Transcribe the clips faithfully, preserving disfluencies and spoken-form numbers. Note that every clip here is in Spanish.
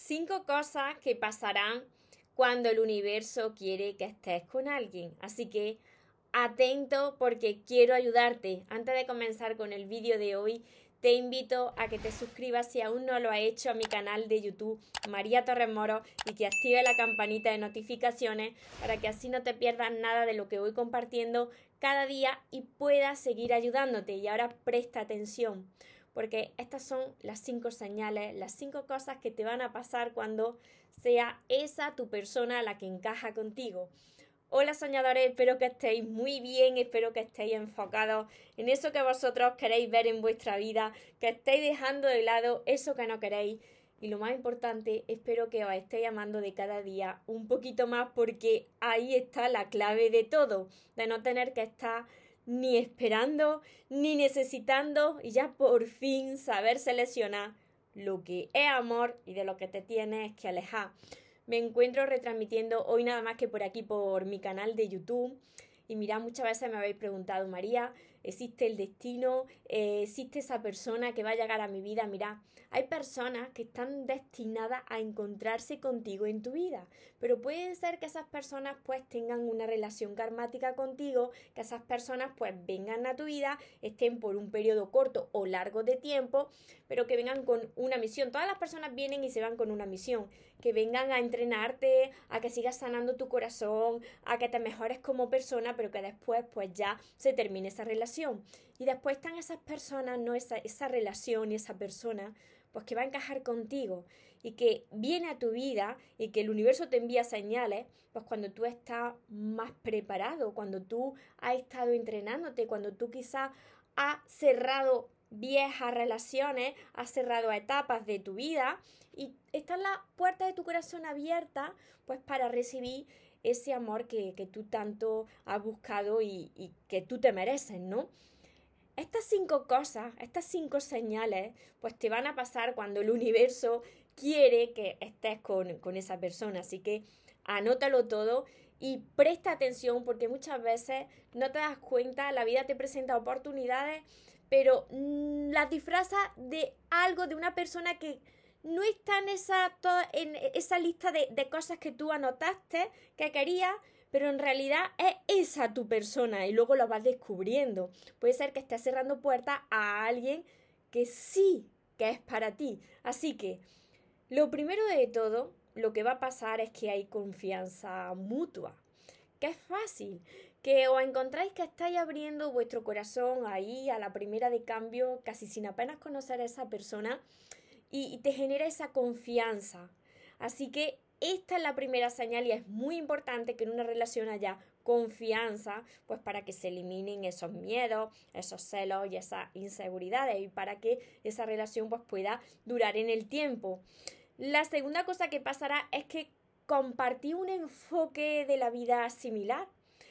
Cinco cosas que pasarán cuando el universo quiere que estés con alguien. Así que atento porque quiero ayudarte. Antes de comenzar con el vídeo de hoy, te invito a que te suscribas si aún no lo has hecho a mi canal de YouTube María Torres Moro y que active la campanita de notificaciones para que así no te pierdas nada de lo que voy compartiendo cada día y puedas seguir ayudándote. Y ahora presta atención, porque estas son las cinco señales, las cinco cosas que te van a pasar cuando sea esa tu persona la que encaja contigo. Hola soñadores, espero que estéis muy bien, espero que estéis enfocados en eso que vosotros queréis ver en vuestra vida, que estéis dejando de lado eso que no queréis. Y lo más importante, espero que os estéis amando de cada día un poquito más, porque ahí está la clave de todo, de no tener que estar ni esperando, ni necesitando, y ya por fin saber seleccionar lo que es amor y de lo que te tienes que alejar. Me encuentro retransmitiendo hoy nada más que por aquí, por mi canal de YouTube. Y mirad, muchas veces me habéis preguntado, María, ¿existe el destino? Eh, ¿Existe esa persona que va a llegar a mi vida? Mirad, hay personas que están destinadas a encontrarse contigo en tu vida, pero puede ser que esas personas pues tengan una relación karmática contigo, que esas personas pues vengan a tu vida, estén por un periodo corto o largo de tiempo, pero que vengan con una misión. Todas las personas vienen y se van con una misión, que vengan a entrenarte, a que sigas sanando tu corazón, a que te mejores como persona, pero que después pues ya se termine esa relación. Y después están esas personas, no esa, esa relación y esa persona, pues que va a encajar contigo y que viene a tu vida y que el universo te envía señales, pues cuando tú estás más preparado, cuando tú has estado entrenándote, cuando tú quizás has cerrado viejas relaciones, has cerrado etapas de tu vida y están las puertas de tu corazón abiertas pues para recibir ese amor que, que tú tanto has buscado y, y que tú te mereces, ¿no? Estas cinco cosas, estas cinco señales, pues te van a pasar cuando el universo quiere que estés con, con esa persona. Así que anótalo todo y presta atención, porque muchas veces no te das cuenta, la vida te presenta oportunidades, pero mmm, las disfraza de algo, de una persona que no está en esa, toda, en esa lista de, de cosas que tú anotaste, que querías, pero en realidad es esa tu persona y luego lo vas descubriendo. Puede ser que estés cerrando puertas a alguien que sí que es para ti. Así que lo primero de todo, lo que va a pasar es que hay confianza mutua, que es fácil, que os encontráis que estáis abriendo vuestro corazón ahí a la primera de cambio, casi sin apenas conocer a esa persona, y, y te genera esa confianza. Así que esta es la primera señal y es muy importante que en una relación haya confianza, pues para que se eliminen esos miedos, esos celos y esas inseguridades y para que esa relación pues pueda durar en el tiempo. La segunda cosa que pasará es que compartís un enfoque de la vida similar.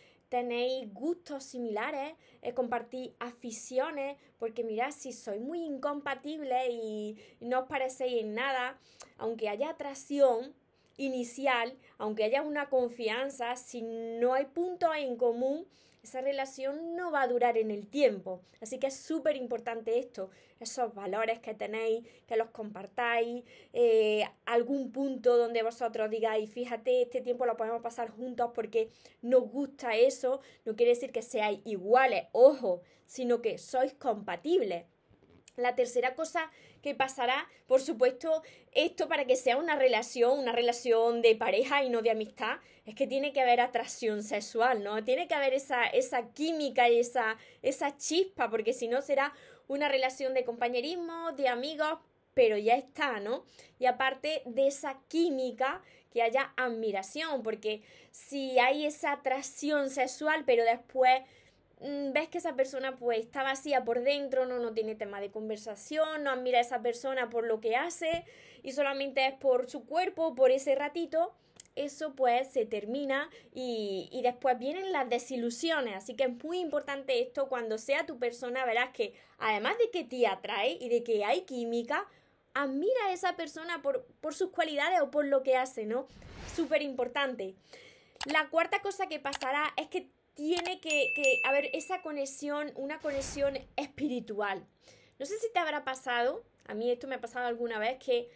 Tenéis gustos similares, eh, compartís aficiones, porque mirad, si sois muy incompatibles y no os parecéis en nada, aunque haya atracción inicial, aunque haya una confianza, si no hay puntos en común, esa relación no va a durar en el tiempo. Así que es súper importante esto, esos valores que tenéis, que los compartáis, eh, algún punto donde vosotros digáis, fíjate, este tiempo lo podemos pasar juntos porque nos gusta eso. No quiere decir que seáis iguales, ojo, sino que sois compatibles. La tercera cosa que pasará, por supuesto, esto para que sea una relación, una relación de pareja y no de amistad, es que tiene que haber atracción sexual, ¿no? Tiene que haber esa, esa química y esa, esa chispa, porque si no será una relación de compañerismo, de amigos, pero ya está, ¿no? Y aparte de esa química, que haya admiración, porque si hay esa atracción sexual, pero después ves que esa persona pues está vacía por dentro, no, no tiene tema de conversación, no admira a esa persona por lo que hace y solamente es por su cuerpo, por ese ratito, eso pues se termina y, y después vienen las desilusiones. Así que es muy importante esto, cuando sea tu persona, verás que además de que te atrae y de que hay química, admira a esa persona por, por sus cualidades o por lo que hace, ¿no? Súper importante. La cuarta cosa que pasará es que tiene que, que haber esa conexión, una conexión espiritual. No sé si te habrá pasado, a mí esto me ha pasado alguna vez, que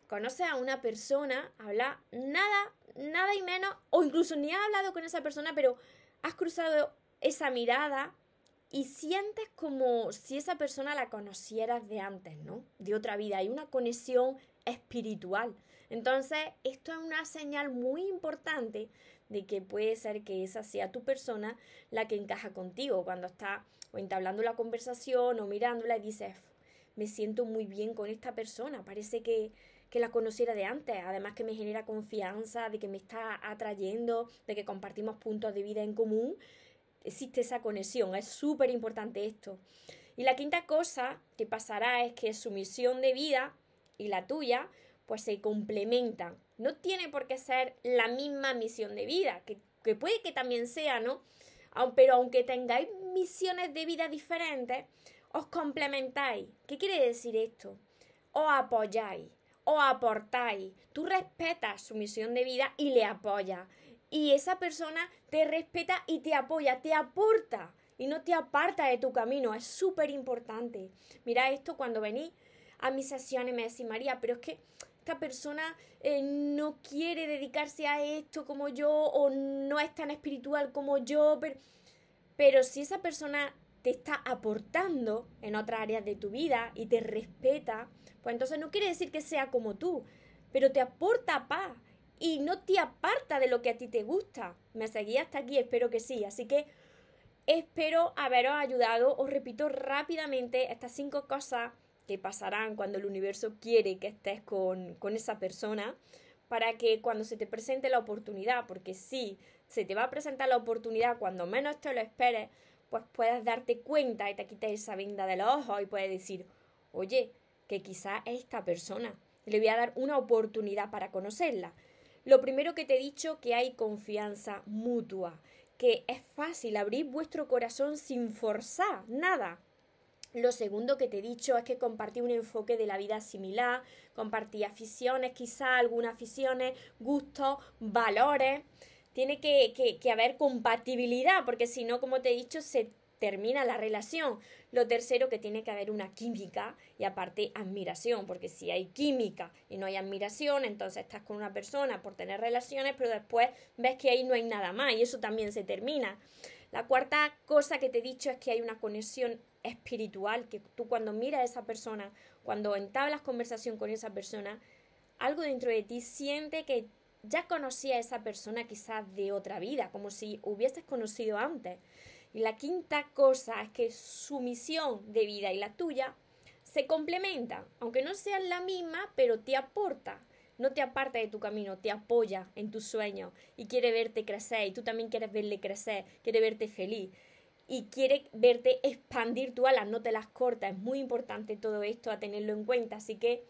conoces a una persona, habla nada, nada y menos, o incluso ni has hablado con esa persona, pero has cruzado esa mirada y sientes como si esa persona la conocieras de antes, ¿no? De otra vida. Hay una conexión espiritual. Entonces, esto es una señal muy importante de que puede ser que esa sea tu persona la que encaja contigo. Cuando estás o entablando la conversación o mirándola y dices, me siento muy bien con esta persona, parece que, que la conociera de antes, además que me genera confianza, de que me está atrayendo, de que compartimos puntos de vida en común. Existe esa conexión, es súper importante esto. Y la quinta cosa que pasará es que su misión de vida y la tuya pues se complementan. No tiene por qué ser la misma misión de vida, que, que puede que también sea, ¿no? Pero aunque tengáis misiones de vida diferentes, os complementáis. ¿Qué quiere decir esto? Os apoyáis, os aportáis. Tú respetas su misión de vida y le apoyas. Y esa persona te respeta y te apoya, te aporta y no te aparta de tu camino. Es súper importante. Mira esto cuando venís a mis sesiones me decís, María, pero es que esta persona eh, no quiere dedicarse a esto como yo o no es tan espiritual como yo. Pero, pero si esa persona te está aportando en otras áreas de tu vida y te respeta, pues entonces no quiere decir que sea como tú, pero te aporta paz. Y no te aparta de lo que a ti te gusta. ¿Me seguí hasta aquí? Espero que sí. Así que espero haberos ayudado. Os repito rápidamente estas cinco cosas que pasarán cuando el universo quiere que estés con, con esa persona, para que cuando se te presente la oportunidad, porque sí, se te va a presentar la oportunidad cuando menos te lo esperes, pues puedas darte cuenta y te quites esa venda de los ojos y puedes decir, oye, que quizás es esta persona. Le voy a dar una oportunidad para conocerla. Lo primero que te he dicho, que hay confianza mutua, que es fácil abrir vuestro corazón sin forzar nada. Lo segundo que te he dicho es que compartí un enfoque de la vida similar, compartí aficiones, quizá algunas aficiones, gustos, valores. Tiene que, que, que haber compatibilidad, porque si no, como te he dicho, se termina la relación. Lo tercero, que tiene que haber una química y aparte admiración, porque si hay química y no hay admiración, entonces estás con una persona por tener relaciones, pero después ves que ahí no hay nada más y eso también se termina. La cuarta cosa que te he dicho es que hay una conexión espiritual, que tú cuando miras a esa persona, cuando entablas conversación con esa persona, algo dentro de ti siente que ya conocía a esa persona quizás de otra vida, como si hubieses conocido antes. Y la quinta cosa es que su misión de vida y la tuya se complementan, aunque no sean la misma, pero te aporta. No te aparta de tu camino, te apoya en tus sueños y quiere verte crecer y tú también quieres verle crecer, quiere verte feliz y quiere verte expandir tu alas, no te las corta. Es muy importante todo esto a tenerlo en cuenta, así que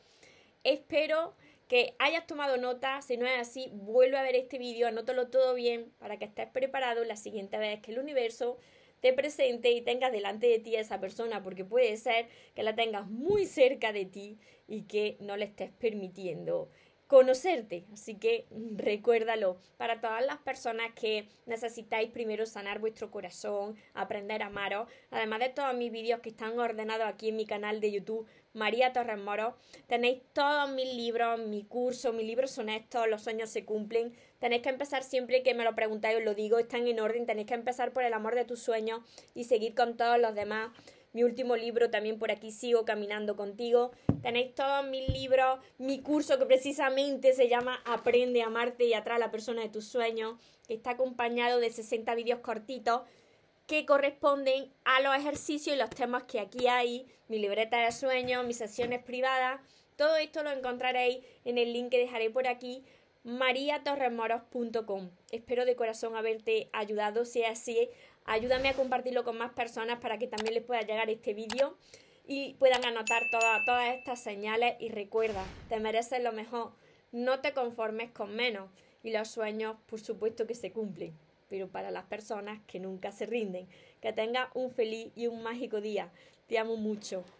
espero que hayas tomado nota. Si no es así, vuelve a ver este vídeo, anótalo todo bien para que estés preparado la siguiente vez que el universo te presente y tengas delante de ti a esa persona, porque puede ser que la tengas muy cerca de ti y que no le estés permitiendo conocerte. Así que recuérdalo. Para todas las personas que necesitáis primero sanar vuestro corazón, aprender a amaros, además de todos mis vídeos que están ordenados aquí en mi canal de YouTube, María Torres Moro, tenéis todos mis libros, mi curso, mis libros son estos, Los sueños se cumplen. Tenéis que empezar, siempre que me lo preguntáis os lo digo, están en orden, tenéis que empezar por el amor de tus sueños y seguir con todos los demás. Mi último libro también por aquí, Sigo caminando contigo. Tenéis todos mis libros, mi curso que precisamente se llama Aprende a amarte y atrae a la persona de tus sueños, que está acompañado de sesenta vídeos cortitos que corresponden a los ejercicios y los temas que aquí hay, mi libreta de sueños, mis sesiones privadas. Todo esto lo encontraréis en el link que dejaré por aquí, maria torres moros punto com. Espero de corazón haberte ayudado. Si es así, ayúdame a compartirlo con más personas para que también les pueda llegar este vídeo y puedan anotar toda, todas estas señales. Y recuerda, te mereces lo mejor, no te conformes con menos. Y los sueños, por supuesto que se cumplen, pero para las personas que nunca se rinden. Que tengas un feliz y un mágico día. Te amo mucho.